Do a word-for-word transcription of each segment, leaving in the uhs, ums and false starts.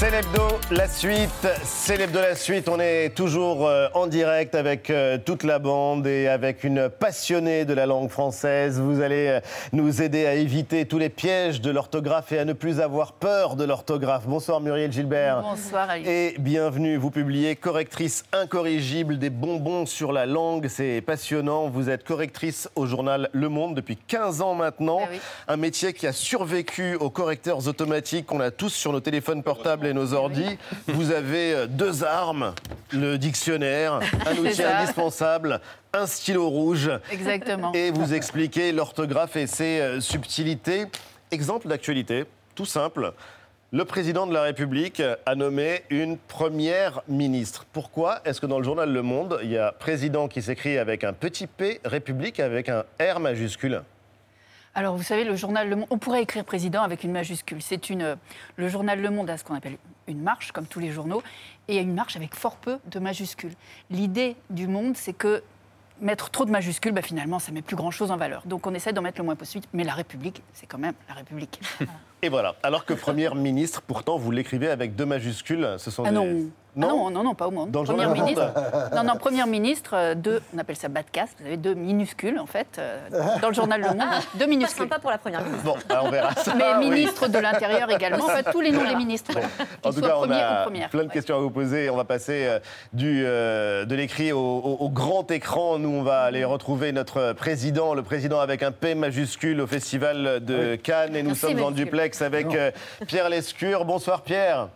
C'est l'hebdo, la suite, c'est l'hebdo, la suite. On est toujours euh, en direct avec euh, toute la bande et avec une passionnée de la langue française. Vous allez euh, nous aider à éviter tous les pièges de l'orthographe et à ne plus avoir peur de l'orthographe. Bonsoir Muriel Gilbert. Bonsoir Ali. Et bienvenue, vous publiez Correctrice incorrigible, des bonbons sur la langue. C'est passionnant. Vous êtes correctrice au journal Le Monde depuis quinze ans maintenant. Ah oui. Un métier qui a survécu aux correcteurs automatiques qu'on a tous sur nos téléphones portables et nos ordis. Vous avez deux armes, le dictionnaire, un outil ça. indispensable, un stylo rouge. Exactement. Et vous expliquez l'orthographe et ses euh, subtilités. Exemple d'actualité, tout simple. Le président de la République a nommé une première ministre. Pourquoi est-ce que dans le journal Le Monde, il y a président qui s'écrit avec un petit p, République avec un R majuscule ? Alors, vous savez, le journal Le Monde, on pourrait écrire président avec une majuscule. C'est une, le journal Le Monde a ce qu'on appelle une marche, comme tous les journaux, et il y a une marche avec fort peu de majuscules. L'idée du Monde, c'est que mettre trop de majuscules, bah, finalement, ça ne met plus grand-chose en valeur. Donc, on essaie d'en mettre le moins possible, mais la République, c'est quand même la République. Et voilà. Alors que première ministre, pourtant, vous l'écrivez avec deux majuscules. Ce sont Ah des... non. Non, ah non, non, non, pas au Monde. Dans le Première journal Le ministre. Monde. Non, non, première ministre, euh, deux, on appelle ça bas de caste, vous avez deux minuscules, en fait, euh, dans le journal Le Monde, Ah, deux pas minuscules. sympa pour la première ministre. Bon, bah, on verra ça. Mais oui. ministre de l'Intérieur également, enfin, tous les noms des ministres. En Qu'ils tout soient cas, on premiers a ou premières. plein de Ouais. questions à vous poser. On va passer euh, du, euh, de l'écrit au, au- au grand écran. Nous, on va aller retrouver notre président, le président avec un P majuscule au Festival de Cannes. Et nous Merci, sommes en majuscule. duplex avec euh, Pierre Lescure. Bonsoir Pierre.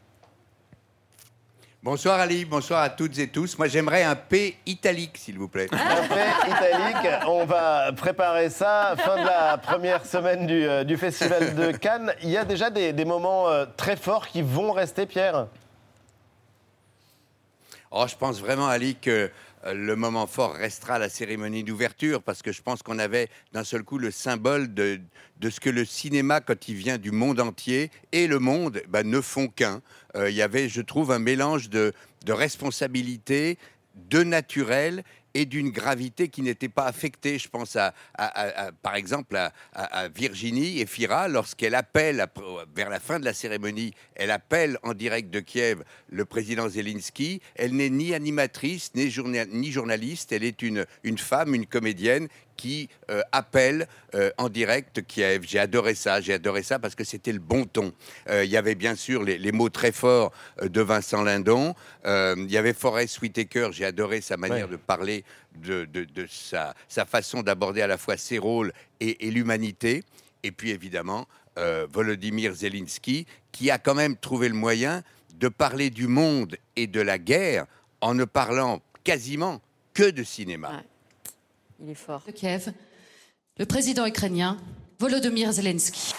Bonsoir Ali, bonsoir à toutes et tous. Moi j'aimerais un P italique s'il vous plaît. Un P italique. On va préparer ça. Fin de la première semaine du, euh, du Festival de Cannes. Il y a déjà des, des moments euh, très forts qui vont rester, Pierre. Oh, je pense vraiment Ali que euh, le moment fort restera la cérémonie d'ouverture parce que je pense qu'on avait d'un seul coup le symbole de, de ce que le cinéma, quand il vient du monde entier, et le monde bah, ne font qu'un. Euh, Il y avait, je trouve, un mélange de, de responsabilité, de naturel et d'une gravité qui n'était pas affectée. Je pense, à, à- à- à- par exemple, à, à- à Virginie Efira, lorsqu'elle appelle, après- vers la fin de la cérémonie, elle appelle en direct de Kiev le président Zelensky. Elle n'est ni animatrice, ni, journa- ni journaliste. Elle est une, une femme, une comédienne qui euh, appelle euh, en direct Kiev. J'ai adoré ça, j'ai adoré ça parce que c'était le bon ton. Euh, Il y avait bien sûr les, les mots très forts euh, de Vincent Lindon. Euh, Il y avait Forest Whitaker, j'ai adoré sa manière Ouais. de parler, de, de, de sa, sa façon d'aborder à la fois ses rôles et, et l'humanité. Et puis évidemment, euh, Volodymyr Zelensky, qui a quand même trouvé le moyen de parler du monde et de la guerre en ne parlant quasiment que de cinéma. Ouais. Il est fort. De Kiev, le président ukrainien Volodymyr Zelensky.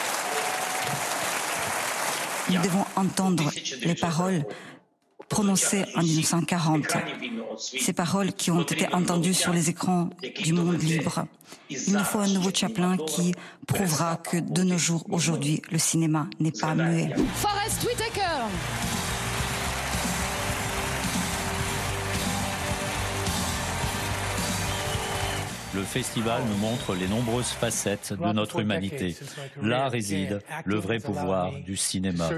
Nous devons entendre les paroles prononcées en mille neuf cent quarante. Ces paroles qui ont été entendues sur les écrans du monde libre. Il nous faut un nouveau Chaplin qui prouvera que de nos jours, aujourd'hui, le cinéma n'est pas muet. Forest Whitaker. Le festival nous montre les nombreuses facettes de notre humanité. Là réside le vrai pouvoir du cinéma.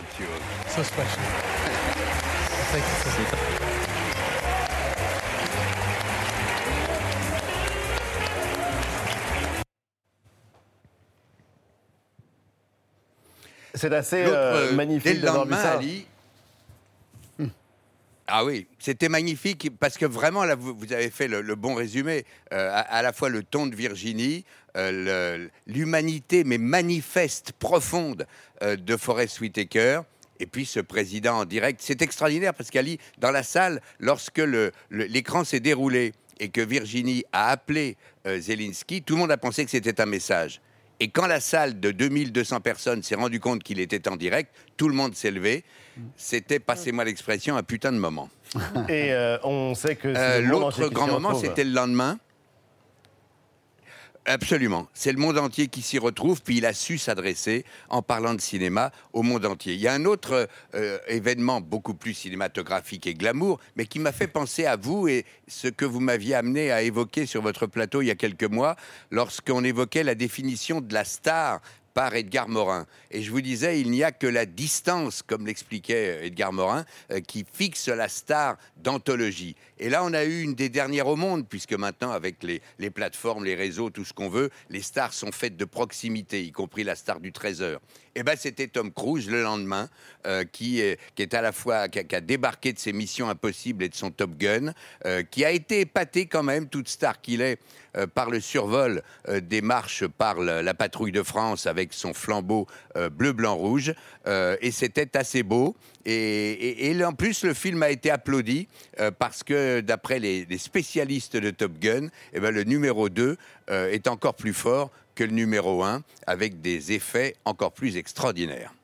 C'est assez L'autre, euh, euh, dès magnifique le d'avoir vu lendemain, ça. Ali. Ah oui, c'était magnifique parce que vraiment, là, vous, vous avez fait le, le bon résumé. Euh, à, à la fois le ton de Virginie, euh, le- l'humanité, mais manifeste, profonde, euh, de Forest Whitaker. Et puis ce président en direct, c'est extraordinaire parce qu'Ali, dans la salle, lorsque le- le- l'écran s'est déroulé et que Virginie a appelé euh, Zelensky, tout le monde a pensé que c'était un message. Et quand la salle de deux mille deux cents personnes s'est rendu compte qu'il était en direct, tout le monde s'est levé. C'était, passez-moi l'expression, un putain de moment. Et euh, on sait que c'est Euh, le monde L'autre entier qui grand s'y moment, retrouve. c'était le lendemain. Absolument. C'est le monde entier qui s'y retrouve, puis il a su s'adresser, en parlant de cinéma, au monde entier. Il y a un autre euh, événement beaucoup plus cinématographique et glamour, mais qui m'a fait penser à vous et ce que vous m'aviez amené à évoquer sur votre plateau il y a quelques mois, lorsqu'on évoquait la définition de la star par Edgar Morin. Et je vous disais, il n'y a que la distance, comme l'expliquait Edgar Morin, euh, qui fixe la star d'anthologie. Et là, on a eu une des dernières au monde, puisque maintenant, avec les, les plateformes, les réseaux, tout ce qu'on veut, les stars sont faites de proximité, y compris la star du treize heures. Et ben, c'était Tom Cruise, le lendemain, euh, qui, est, qui est à la fois, qui a, qui a débarqué de ses Missions Impossibles et de son Top Gun, euh, qui a été épaté quand même, toute star qu'il est, euh, par le survol euh, des marches par la, la patrouille de France avec son flambeau euh, bleu, blanc, rouge. Euh, et c'était assez beau. Et, et, et en plus, le film a été applaudi euh, parce que, d'après les, les spécialistes de Top Gun, eh ben, le numéro deux euh, est encore plus fort que le numéro un, avec des effets encore plus extraordinaires.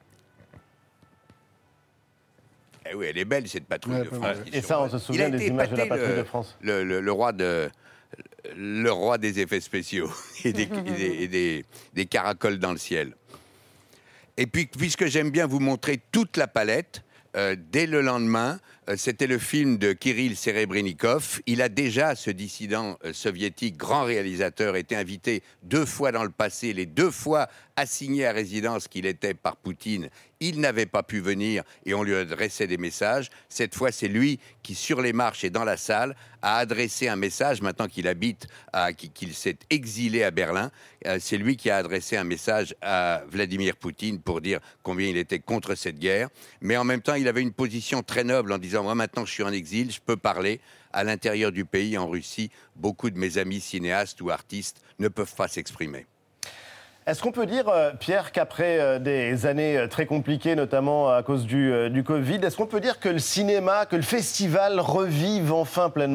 Eh oui, elle est belle, cette patrouille ouais, de France. Et ça, on se souvient des images de la patrouille le, de France. Le, le, le, roi de, le roi des effets spéciaux et, des, et, des, et des, des caracoles dans le ciel. Et puis, puisque j'aime bien vous montrer toute la palette, euh, dès le lendemain, euh, c'était le film de Kirill Serebrennikov. Il a déjà, ce dissident euh, soviétique, grand réalisateur, été invité deux fois dans le passé, les deux fois assigné à résidence qu'il était par Poutine. Il n'avait pas pu venir et on lui adressait des messages. Cette fois, c'est lui qui, sur les marches et dans la salle, a adressé un message, maintenant qu'il habite, à, qu'il s'est exilé à Berlin. Euh, c'est lui qui a adressé un message à Vladimir Poutine pour dire combien il était contre cette guerre. Mais en même temps, il avait une position très noble en disant « Moi, maintenant, je suis en exil, je peux parler. À l'intérieur du pays, en Russie, beaucoup de mes amis cinéastes ou artistes ne peuvent pas s'exprimer. » Est-ce qu'on peut dire, euh, Pierre, qu'après euh, des années euh, très compliquées, notamment à cause du, euh, du Covid, est-ce qu'on peut dire que le cinéma, que le festival revive enfin pleinement ?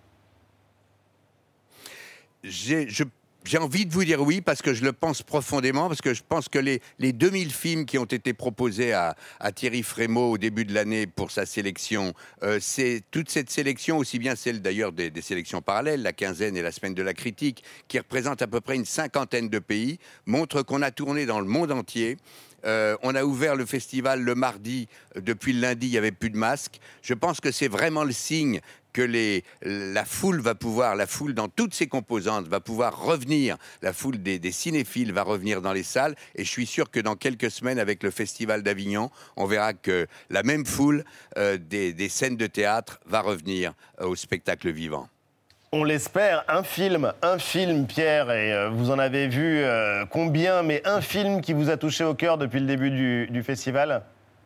J'ai, je, j'ai envie de vous dire oui, parce que je le pense profondément, parce que je pense que les, les deux mille films qui ont été proposés à, à Thierry Frémaux au début de l'année pour sa sélection, euh, c'est toute cette sélection, aussi bien celle d'ailleurs des, des sélections parallèles, la quinzaine et la semaine de la critique, qui représente à peu près une cinquantaine de pays, montre qu'on a tourné dans le monde entier. Euh, on a ouvert le festival le mardi. Depuis le lundi, il n'y avait plus de masques. Je pense que c'est vraiment le signe que les, la foule va pouvoir, la foule dans toutes ses composantes va pouvoir revenir, la foule des, des cinéphiles va revenir dans les salles. Et je suis sûr que dans quelques semaines, avec le Festival d'Avignon, on verra que la même foule euh, des, des scènes de théâtre va revenir euh, au spectacle vivant. On l'espère, un film, un film, Pierre, et euh, vous en avez vu euh, combien, mais un film qui vous a touché au cœur depuis le début du, du festival ?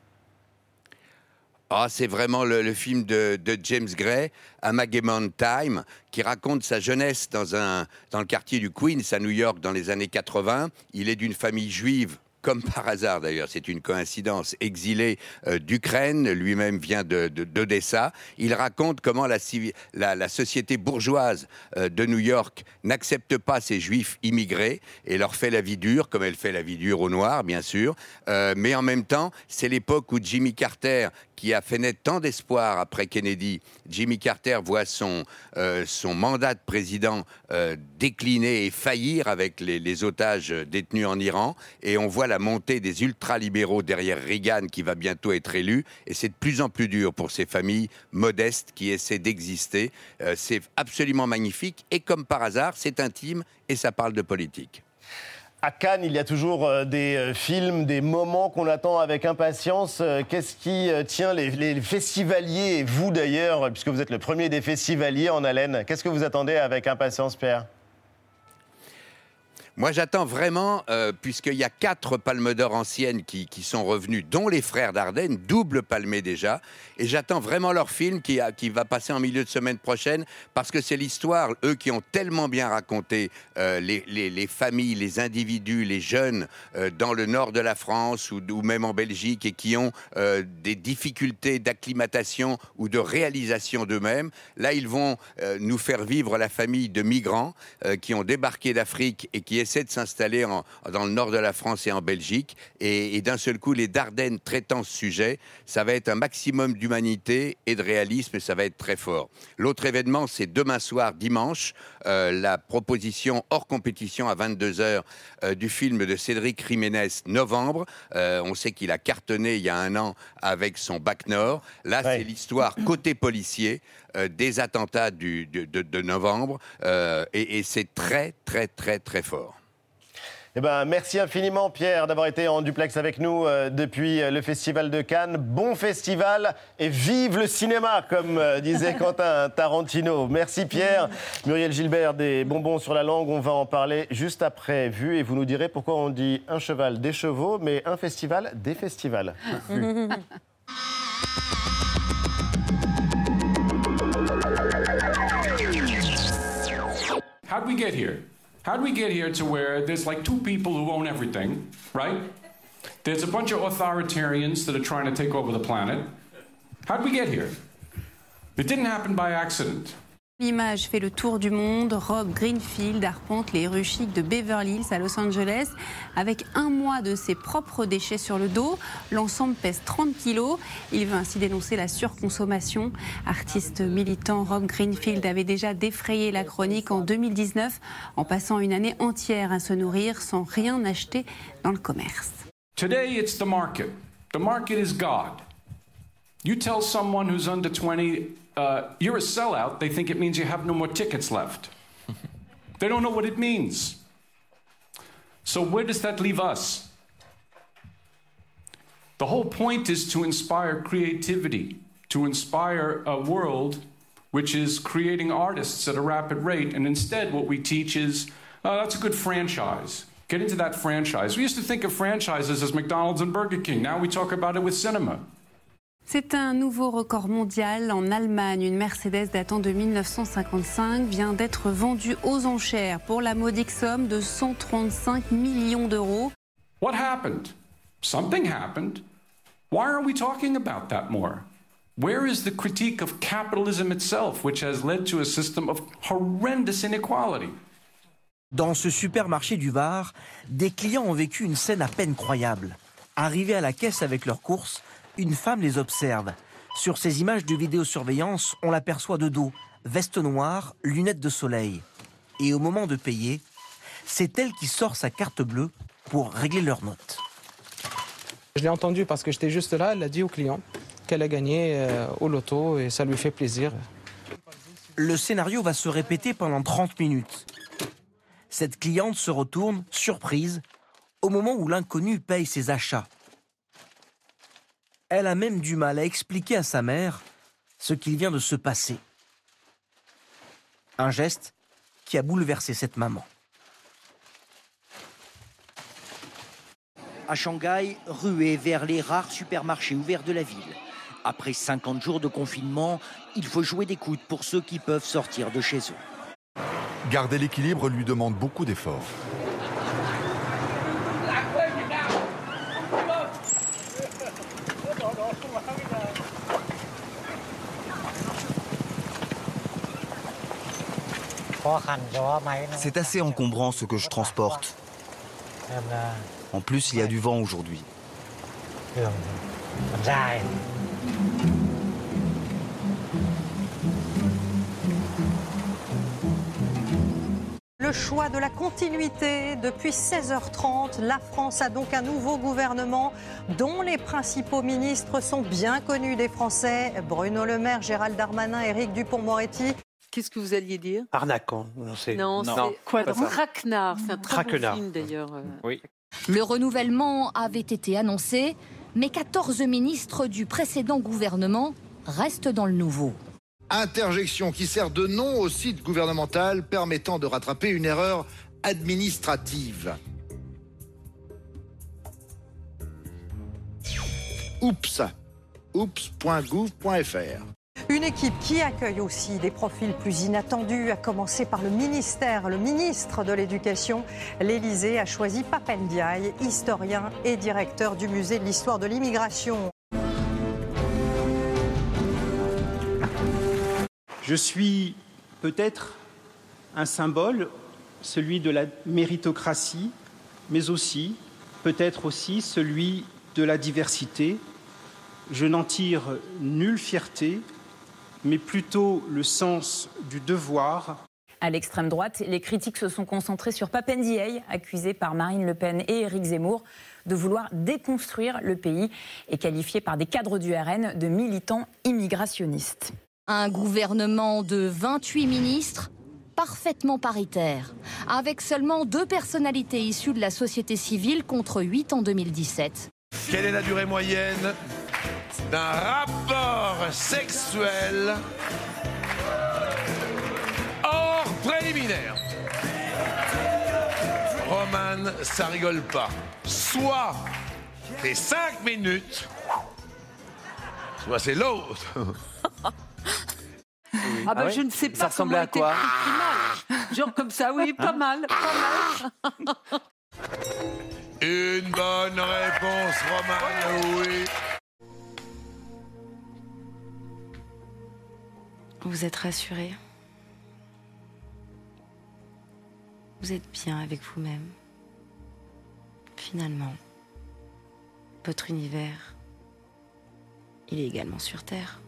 Ah, c'est vraiment le, le film de, de James Gray, Armageddon Time, qui raconte sa jeunesse dans, un, dans le quartier du Queens, à New York, dans les années quatre-vingts. Il est d'une famille juive, comme par hasard d'ailleurs, c'est une coïncidence, exilé euh, d'Ukraine, lui-même vient de, de, d'Odessa. Il raconte comment la, la, la société bourgeoise euh, de New York n'accepte pas ces juifs immigrés et leur fait la vie dure, comme elle fait la vie dure aux Noirs, bien sûr. Euh, mais en même temps, c'est l'époque où Jimmy Carter, qui a fait naître tant d'espoir après Kennedy, Jimmy Carter voit son, euh, son mandat de président euh, décliner et faillir avec les, les otages détenus en Iran. Et on voit la montée des ultralibéraux derrière Reagan qui va bientôt être élu. Et c'est de plus en plus dur pour ces familles modestes qui essaient d'exister. Euh, c'est absolument magnifique. Et comme par hasard, c'est intime et ça parle de politique. À Cannes, il y a toujours euh, des euh, films, des moments qu'on attend avec impatience. Euh, qu'est-ce qui euh, tient les, les festivaliers, et vous d'ailleurs, puisque vous êtes le premier des festivaliers en haleine, qu'est-ce que vous attendez avec impatience, Pierre ? Moi, j'attends vraiment, euh, puisqu'il y a quatre palmes d'or anciennes qui, qui sont revenues, dont les Frères Dardenne, double palmé déjà, et j'attends vraiment leur film qui, a, qui va passer en milieu de semaine prochaine, parce que c'est l'histoire, eux qui ont tellement bien raconté euh, les, les, les familles, les individus, les jeunes euh, dans le nord de la France ou, ou même en Belgique, et qui ont euh, des difficultés d'acclimatation ou de réalisation d'eux-mêmes. Là, ils vont euh, nous faire vivre la famille de migrants euh, qui ont débarqué d'Afrique et qui essaie de s'installer en, dans le nord de la France et en Belgique. Et, et d'un seul coup, les Dardennes traitant ce sujet, ça va être un maximum d'humanité et de réalisme, et ça va être très fort. L'autre événement, c'est demain soir, dimanche, euh, la proposition hors compétition à vingt-deux heures euh, du film de Cédric Jiménez, Novembre. Euh, on sait qu'il a cartonné il y a un an avec son Bac Nord. Là, ouais. C'est l'histoire côté policier euh, des attentats du, de, de, de novembre. Euh, et, et c'est très, très, très, très fort. Eh ben, merci infiniment, Pierre, d'avoir été en duplex avec nous euh, depuis le Festival de Cannes. Bon festival et vive le cinéma, comme euh, disait Quentin Tarantino. Merci, Pierre. Muriel Gilbert, des bonbons sur la langue, on va en parler juste après Vue. Et vous nous direz pourquoi on dit un cheval des chevaux, mais un festival des festivals. Vue. How'd we get here? How'd we get here to where there's like two people who own everything, right? There's a bunch of authoritarians that are trying to take over the planet. How'd we get here? It didn't happen by accident. L'image fait le tour du monde. Rob Greenfield arpente les rues chics de Beverly Hills à Los Angeles avec un mois de ses propres déchets sur le dos. L'ensemble pèse trente kilos. Il veut ainsi dénoncer la surconsommation. Artiste militant, Rob Greenfield avait déjà défrayé la chronique en deux mille dix-neuf en passant une année entière à se nourrir sans rien acheter dans le commerce. Today it's the market. The market is God. You tell someone who's under twenty, uh, you're a sellout, they think it means you have no more tickets left. They don't know what it means. So where does that leave us? The whole point is to inspire creativity, to inspire a world which is creating artists at a rapid rate. And instead what we teach is, oh, that's a good franchise. Get into that franchise. We used to think of franchises as McDonald's and Burger King. Now we talk about it with cinema. C'est un nouveau record mondial. En Allemagne, une Mercedes datant de mille neuf cent cinquante-cinq vient d'être vendue aux enchères pour la modique somme de cent trente-cinq millions d'euros. What happened? Something happened. Why are we talking about that more? Where is the critique of capitalism itself, which has led to a system of horrendous inequality? Dans ce supermarché du Var, des clients ont vécu une scène à peine croyable. Arrivés à la caisse avec leurs courses, une femme les observe. Sur ces images de vidéosurveillance, on l'aperçoit de dos, veste noire, lunettes de soleil. Et au moment de payer, c'est elle qui sort sa carte bleue pour régler leur note. Je l'ai entendu parce que j'étais juste là, elle a dit au client qu'elle a gagné euh, au loto et ça lui fait plaisir. Le scénario va se répéter pendant trente minutes. Cette cliente se retourne, surprise, au moment où l'inconnu paye ses achats. Elle a même du mal à expliquer à sa mère ce qu'il vient de se passer. Un geste qui a bouleversé cette maman. À Shanghai, ruée vers les rares supermarchés ouverts de la ville. Après cinquante jours de confinement, il faut jouer des coudes pour ceux qui peuvent sortir de chez eux. Garder l'équilibre lui demande beaucoup d'efforts. C'est assez encombrant ce que je transporte. En plus, il y a du vent aujourd'hui. Le choix de la continuité. Depuis seize heures trente, la France a donc un nouveau gouvernement dont les principaux ministres sont bien connus des Français. Bruno Le Maire, Gérald Darmanin, Éric Dupond-Moretti. Qu'est-ce que vous alliez dire? Arnaquant, non, c'est... Non, non. c'est quoi? Traquenard, c'est un très Traquenard. bon film d'ailleurs. Oui. Le renouvellement avait été annoncé, mais quatorze ministres du précédent gouvernement restent dans le nouveau. Interjection qui sert de nom au site gouvernemental permettant de rattraper une erreur administrative. Oups. oups point gouv point fr. Une équipe qui accueille aussi des profils plus inattendus, à commencer par le ministère, le ministre de l'Éducation. L'Élysée a choisi Pape Ndiaye, historien et directeur du musée de l'histoire de l'immigration. Je suis peut-être un symbole, celui de la méritocratie, mais aussi, peut-être aussi, celui de la diversité. Je n'en tire nulle fierté, mais plutôt le sens du devoir. À l'extrême droite, les critiques se sont concentrées sur Pape Ndiaye, accusé par Marine Le Pen et Éric Zemmour de vouloir déconstruire le pays et qualifié par des cadres du R N de militants immigrationnistes. Un gouvernement de vingt-huit ministres parfaitement paritaire, avec seulement deux personnalités issues de la société civile contre huit en deux mille dix-sept. Quelle est la durée moyenne d'un rapport sexuel hors préliminaire? Roman, ça rigole pas. Soit c'est cinq minutes, soit c'est l'autre. Ah ben Ah ouais je ne sais pas Ça ressemblait comment à était quoi pris mal. Genre comme ça, oui, pas mal, pas mal. Une bonne réponse, Roman, oui. Vous êtes rassuré? Vous êtes bien avec vous-même? Finalement, votre univers, il est également sur Terre.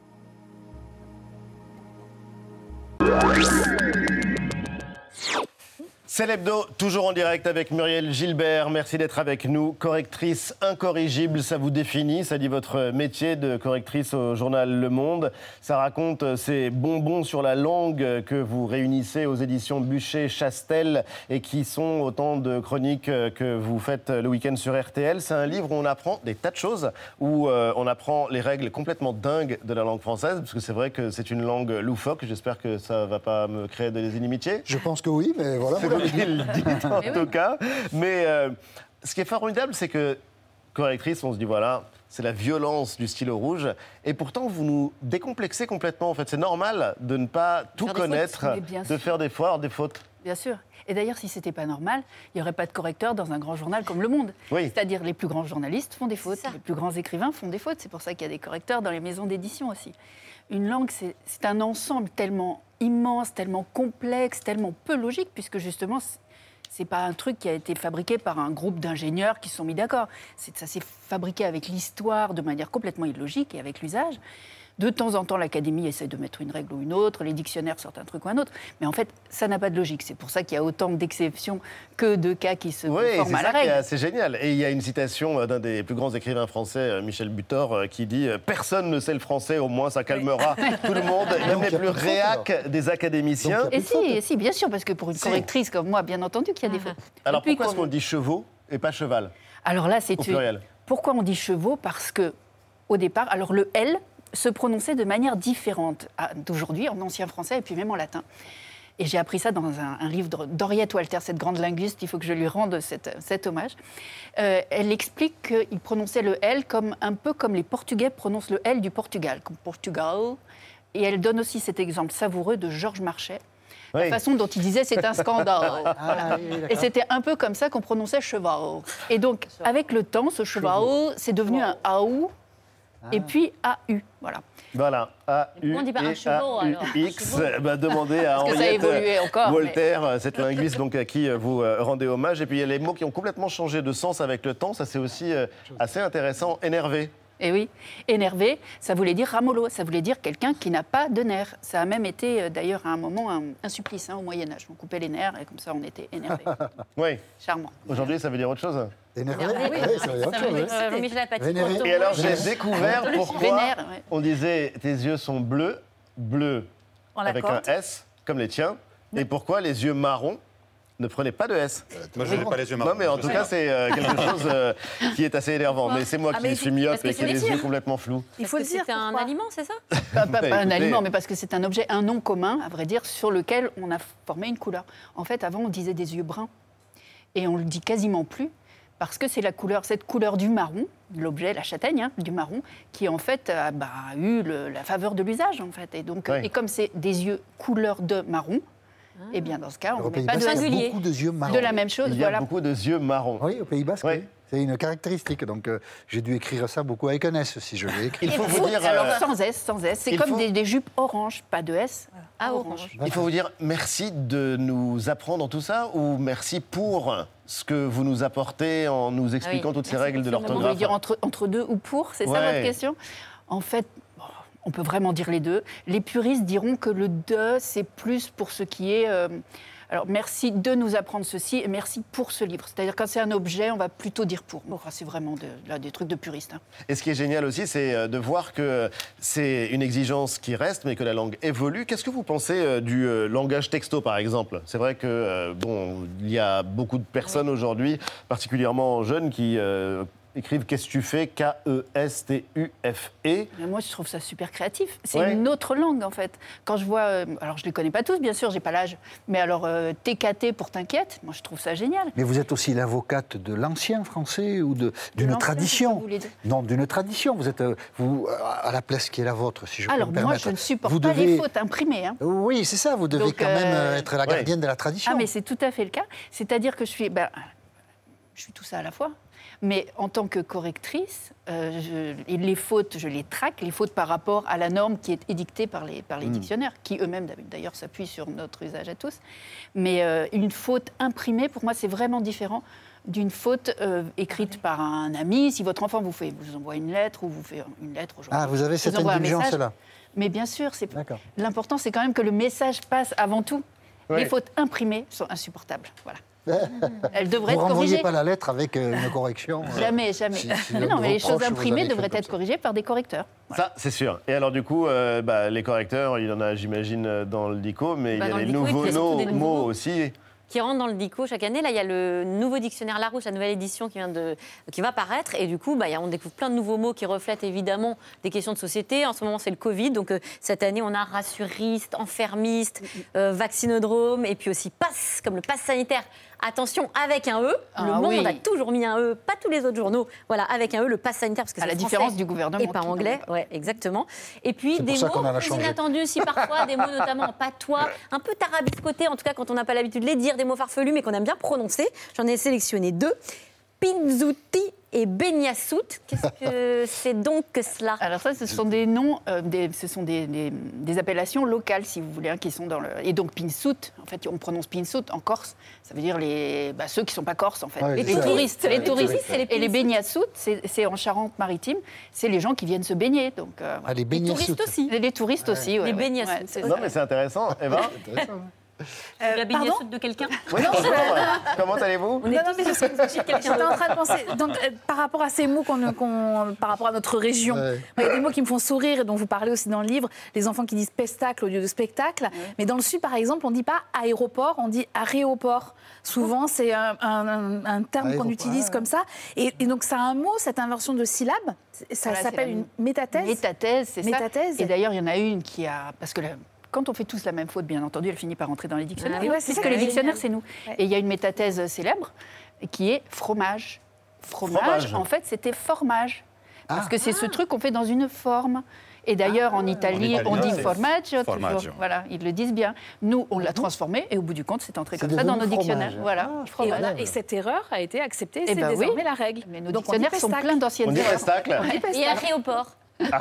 C'est l'hebdo, toujours en direct avec Muriel Gilbert. Merci d'être avec nous. Correctrice incorrigible, ça vous définit. Ça dit votre métier de correctrice au journal Le Monde. Ça raconte ces bonbons sur la langue que vous réunissez aux éditions Buchet-Chastel et qui sont autant de chroniques que vous faites le week-end sur R T L. C'est un livre où on apprend des tas de choses, où on apprend les règles complètement dingues de la langue française, parce que c'est vrai que c'est une langue loufoque. J'espère que ça ne va pas me créer des inimitiés. Je pense que oui, mais voilà. Il dit en tout cas. Mais euh, ce qui est formidable, c'est que, correctrice, on se dit, voilà, c'est la violence du stylo rouge. Et pourtant, vous nous décomplexez complètement. En fait, c'est normal de ne pas tout Faire des connaître, fautes. Mais bien de sûr. faire des fois des fautes. Bien sûr. Et d'ailleurs, si c'était pas normal, il n'y aurait pas de correcteur dans un grand journal comme Le Monde. Oui. C'est-à-dire, les plus grands journalistes font des fautes, les plus grands écrivains font des fautes. C'est pour ça qu'il y a des correcteurs dans les maisons d'édition aussi. Une langue, c'est c'est un ensemble tellement immense, tellement complexe, tellement peu logique, puisque justement, c'est- c'est pas un truc qui a été fabriqué par un groupe d'ingénieurs qui se sont mis d'accord. C'est- Ça s'est fabriqué avec l'histoire de manière complètement illogique et avec l'usage. De temps en temps, l'Académie essaie de mettre une règle ou une autre, les dictionnaires sortent un truc ou un autre, mais en fait, ça n'a pas de logique. C'est pour ça qu'il y a autant d'exceptions que de cas qui se Oui, conforment c'est à la ça qui est règle. assez génial. Et il y a une citation d'un des plus grands écrivains français, euh, Michel Butor, euh, qui dit « Personne ne sait le français, au moins ça calmera tout le monde, même les plus réacs des académiciens. » Et si, et si, bien sûr, parce que pour une Si. correctrice comme moi, bien entendu qu'il y a des fautes. Alors Depuis pourquoi est-ce qu'on- qu'on dit chevaux et pas cheval Alors là, c'est au une- pluriel? Pourquoi on dit chevaux? Parce que au départ, alors le L se prononçait de manière différente à- d'aujourd'hui, en ancien français et puis même en latin. Et j'ai appris ça dans un, un livre de- d'Henriette Walter, cette grande linguiste, il faut que je lui rende cette- cet hommage. Euh, elle explique qu'il prononçait le L comme, un peu comme les Portugais prononcent le L du Portugal, comme Portugal. Et elle donne aussi cet exemple savoureux de Georges Marchais. La Oui. façon dont il disait c'est un scandale. Ah, Voilà. oui, d'accord. Et c'était un peu comme ça qu'on prononçait cheval. Et donc, avec le temps, ce cheval, c'est devenu un A U et puis A U. Voilà. Voilà, A U pourquoi on dit pas un et chevaux, A U alors X. Un chevaux. Bah, demandez à Parce que ça a Henriette évolué encore, Walter, cette linguiste donc, à qui euh, vous euh, rendez hommage. Et puis il y a les mots qui ont complètement changé de sens avec le temps. Ça, c'est aussi euh, assez intéressant. Énervé. Et oui, énervé, ça voulait dire ramolo, ça voulait dire quelqu'un qui n'a pas de nerfs. Ça a même été euh, d'ailleurs à un moment un, un supplice hein, au Moyen-Âge. On coupait les nerfs et comme ça on était énervé. Oui. Charmant. Aujourd'hui, ça veut dire autre chose. Énervé, oui, ça veut dire autre chose, oui. Euh, Jean-Michel Apathy. Vénéré. Et alors, j'ai découvert Vénère, pourquoi ouais. on disait tes yeux sont bleus, bleus On avec un l'accorde. S, comme les tiens, et pourquoi les yeux marrons ne prenaient pas de S. Moi, je n'ai pas les yeux marrons. Non, mais en je tout sais cas, pas. c'est euh, quelque chose euh, qui est assez énervant. Mais c'est moi Ah, qui mais suis c'est- myope parce que et qui ai c'est les sûr. yeux complètement flous. Il faut le dire. C'est un aliment, c'est ça? Pas, pas- pas un Écoutez. aliment, mais parce que c'est un objet, un nom commun, à vrai dire, sur lequel on a formé une couleur. En fait, avant, on disait des yeux bruns. Et on le dit quasiment plus, parce que c'est la couleur, cette couleur du marron, l'objet, la châtaigne, hein, du marron, qui en fait a bah, eu le- la faveur de l'usage, en fait. Et, donc, Oui. et comme c'est des yeux couleur de marron, eh bien, dans ce cas, on Au ne Pays met pas de Basque, il y a singulier. beaucoup de yeux marrons. De la même chose, Il y a voilà. beaucoup de yeux marrons. Oui, au Pays Basque, oui. C'est une caractéristique. Donc, euh, j'ai dû écrire ça beaucoup avec un S, si je l'ai écrit. Il faut vous Foot, dire, alors euh, sans S, sans S. C'est il comme faut- des, des jupes orange, pas de S. À orange. Il faut vous dire merci de nous apprendre tout ça ou merci pour ce que vous nous apportez en nous expliquant toutes ces règles de Vous voulez l'orthographe. dire entre, entre deux ou pour, c'est ça Ouais. votre question? En fait, bon, on peut vraiment dire les deux. Les puristes diront que le de, c'est plus pour ce qui est euh, Alors, merci de nous apprendre ceci et merci pour ce livre. C'est-à-dire, quand c'est un objet, on va plutôt dire pour. Bon, c'est vraiment de, là, des trucs de puristes. Hein. Et ce qui est génial aussi, c'est de voir que c'est une exigence qui reste, mais que la langue évolue. Qu'est-ce que vous pensez du langage texto, par exemple ? C'est vrai que, bon, il y a beaucoup de personnes aujourd'hui, particulièrement jeunes, qui... Euh, écrivent « Qu'est-ce que tu fais ?» K E S T U F E. Mais moi, je trouve ça super créatif. C'est ouais. une autre langue, en fait. Quand je vois... Euh, alors, je ne les connais pas tous, bien sûr, j'ai pas l'âge. Mais alors, euh, T K T pour t'inquiète, moi, je trouve ça génial. Mais vous êtes aussi l'avocate de l'ancien français ou de, d'une tradition. Non, d'une tradition. Vous êtes, vous, à la place qui est la vôtre, si je alors, peux me permettre. Alors, moi, je ne supporte vous pas devez... les fautes imprimées. Hein. Oui, c'est ça. Vous devez Donc, quand même euh... être la gardienne ouais. de la tradition. Ah, mais c'est tout à fait le cas. C'est-à-dire que je suis... Ben, je suis tout ça à la fois. Mais en tant que correctrice, euh, je, les fautes, je les traque, les fautes par rapport à la norme qui est édictée par les, par les mmh. dictionnaires, qui eux-mêmes d'ailleurs s'appuient sur notre usage à tous. Mais euh, une faute imprimée, pour moi, c'est vraiment différent d'une faute euh, écrite par un ami. Si votre enfant vous, fait, vous envoie une lettre ou vous fait une lettre aujourd'hui. Ah, vous avez cette indulgence-là. Mais bien sûr, c'est, l'important, c'est quand même que le message passe avant tout. Oui. Les fautes imprimées sont insupportables. Voilà. Elle devrait Vous être corrigée. Vous ne renvoyez pas la lettre avec une correction. Jamais, jamais. Si, si mais non, mais les choses imprimées devraient être ça. corrigées par des correcteurs. Voilà. Ça, c'est sûr. Et alors, du coup, euh, bah, les correcteurs, il y en a, j'imagine, dans le DICO, mais bah, il y a les nouveaux mots, mots aussi. Qui rentrent dans le DICO chaque année. Là, il y a le nouveau dictionnaire Larousse, la nouvelle édition qui, vient de, qui va paraître. Et du coup, bah, on découvre plein de nouveaux mots qui reflètent évidemment des questions de société. En ce moment, c'est le Covid. Donc, euh, cette année, on a rassuriste, enfermiste, euh, vaccinodrome et puis aussi passe, comme le passe sanitaire. Attention, avec un E. Ah, le Monde oui. a toujours mis un E, pas tous les autres journaux. Voilà, avec un E, le pass sanitaire, parce que à c'est la différence du gouvernement. Et pas anglais, ouais, exactement. Et puis c'est des mots très inattendus aussi parfois, des mots notamment en patois, un peu tarabiscotés, en tout cas quand on n'a pas l'habitude de les dire, des mots farfelus, mais qu'on aime bien prononcer. J'en ai sélectionné deux. Pinzouti et Benyassout. Qu'est-ce que c'est donc que cela ? Alors ça, ce sont des noms, euh, des, ce sont des, des, des appellations locales, si vous voulez, hein, qui sont dans le... Et donc Pinsout, en fait, on prononce Pinsout en Corse. Ça veut dire les, bah, ceux qui ne sont pas corses, en fait. Ouais, les, les touristes, les les touristes. touristes. Et les, et les Benyassout, c'est, c'est en Charente-Maritime. C'est les gens qui viennent se baigner. Donc, euh, ah, les Benyassout. Les touristes aussi. Les, les touristes ouais. aussi, ouais, Les ouais. Benyassout. Ouais, c'est non, mais c'est intéressant. Eva Euh, la Benyassout de quelqu'un oui, non, comment allez-vous? On est non, non, mais je suis J'étais en train de penser, donc, euh, par rapport à ces mots, qu'on, qu'on, par rapport à notre région, ouais. il y a des mots qui me font sourire et dont vous parlez aussi dans le livre, les enfants qui disent pestacle au lieu de spectacle. Ouais. Mais dans le Sud, par exemple, on ne dit pas aéroport, on dit aréoport. Souvent, c'est un, un, un terme aéroport. Qu'on utilise comme ça. Et, et donc, ça a un mot, cette inversion de syllabes, ça voilà, s'appelle une métathèse. Métathèse, c'est métathèse. ça. Et d'ailleurs, il y en a une qui a... Parce que... La... Quand on fait tous la même faute, bien entendu, elle finit par rentrer dans les dictionnaires. Ah, ouais, c'est que les dictionnaires, c'est nous. Ouais. Et il y a une métathèse célèbre qui est fromage. Fromage, fromage. En fait, c'était formage. Ah. Parce que c'est ah. ce truc qu'on fait dans une forme. Et d'ailleurs, ah. en Italie, on dit formaggio. Formaggio. Voilà, ils le disent bien. Nous, on l'a transformé et au bout du compte, c'est entré c'est comme ça dans nos fromage. Dictionnaires. Voilà. Ah, et, voilà. Et cette erreur a été acceptée. Et c'est ben désormais oui. la règle. Mais nos Donc, dictionnaires sont pleins d'anciennes erreurs. On dit pestacle. Et aréoport.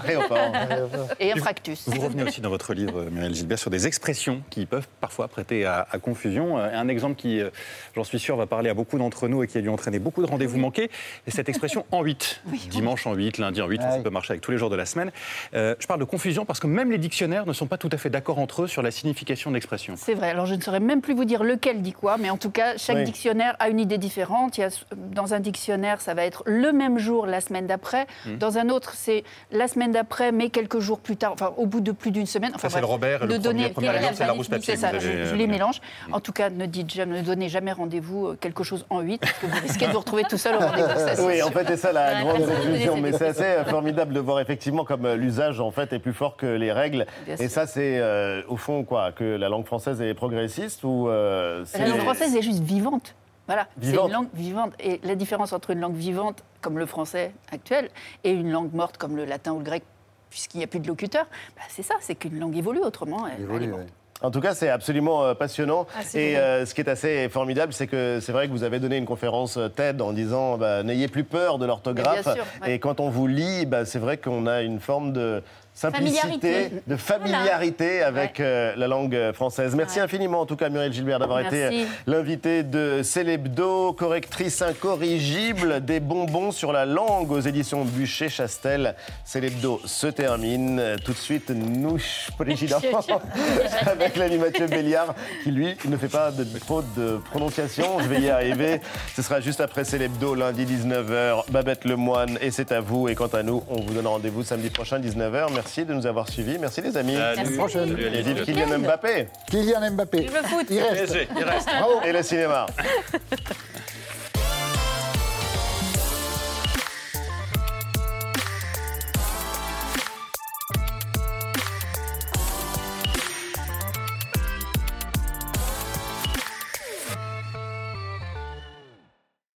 Et un fractus. Vous revenez aussi dans votre livre, Muriel Gilbert, sur des expressions qui peuvent parfois prêter à, à confusion. Un exemple qui, j'en suis sûr, va parler à beaucoup d'entre nous et qui a dû entraîner beaucoup de rendez-vous manqués, c'est cette expression en huit. Oui. Dimanche en huit, lundi en huit, ah, ça oui. peut marcher avec tous les jours de la semaine. Euh, je parle de confusion parce que même les dictionnaires ne sont pas tout à fait d'accord entre eux sur la signification de l'expression. C'est vrai, alors je ne saurais même plus vous dire lequel dit quoi, mais en tout cas, chaque oui. dictionnaire a une idée différente. Il y a, dans un dictionnaire, ça va être le même jour la semaine d'après. Hum. Dans un autre, c'est la semaine d'après, mais quelques jours plus tard, enfin au bout de plus d'une semaine. Enfin, ça, c'est le Robert, et le donner, premier, premier exemple, c'est Larousse papier. C'est ça, avez, je, je les mélange. Mmh. En tout cas, ne, dites jamais, ne donnez jamais rendez-vous quelque chose en huit, parce que vous risquez de vous retrouver tout seul au rendez-vous. Ça, oui, en fait, c'est ça la grande conclusion. Mais c'est assez formidable de voir effectivement comme l'usage, en fait, est plus fort que les règles. Bien et sûr. Ça, c'est euh, au fond quoi, que la langue française est progressiste ou euh, c'est... La langue française est juste vivante. Voilà, vivante. C'est une langue vivante. Et la différence entre une langue vivante, comme le français actuel, et une langue morte, comme le latin ou le grec, puisqu'il n'y a plus de locuteurs, bah c'est ça, c'est qu'une langue évolue autrement. Elle, évolue, elle oui. En tout cas, c'est absolument euh, passionnant. Ah, c'est et euh, ce qui est assez formidable, c'est que c'est vrai que vous avez donné une conférence TED en disant bah, n'ayez plus peur de l'orthographe. Sûr, ouais. Et quand on vous lit, bah, c'est vrai qu'on a une forme de... simplicité, Familiarité. de familiarité Voilà. avec euh, la langue française. Merci Ouais. infiniment, en tout cas, Muriel Gilbert, d'avoir Merci. été l'invitée de Célébdo, correctrice incorrigible des bonbons sur la langue aux éditions Bûcher-Chastel. Célébdo se termine. Tout de suite, nous, président, avec l'ami Mathieu Béliard, qui lui ne fait pas de faute de prononciation. Je vais y arriver. Ce sera juste après Célébdo, lundi dix-neuf heures. Babette Lemoine, et c'est à vous. Et quant à nous, on vous donne rendez-vous samedi prochain, dix-neuf heures. Merci de nous avoir suivis. Merci les amis. Salut. À la prochaine. Salut, Et Alice. vive Kylian Mbappé. Kylian Mbappé. Vive le foot. Il reste. P S G, il reste. Bravo. Et le cinéma.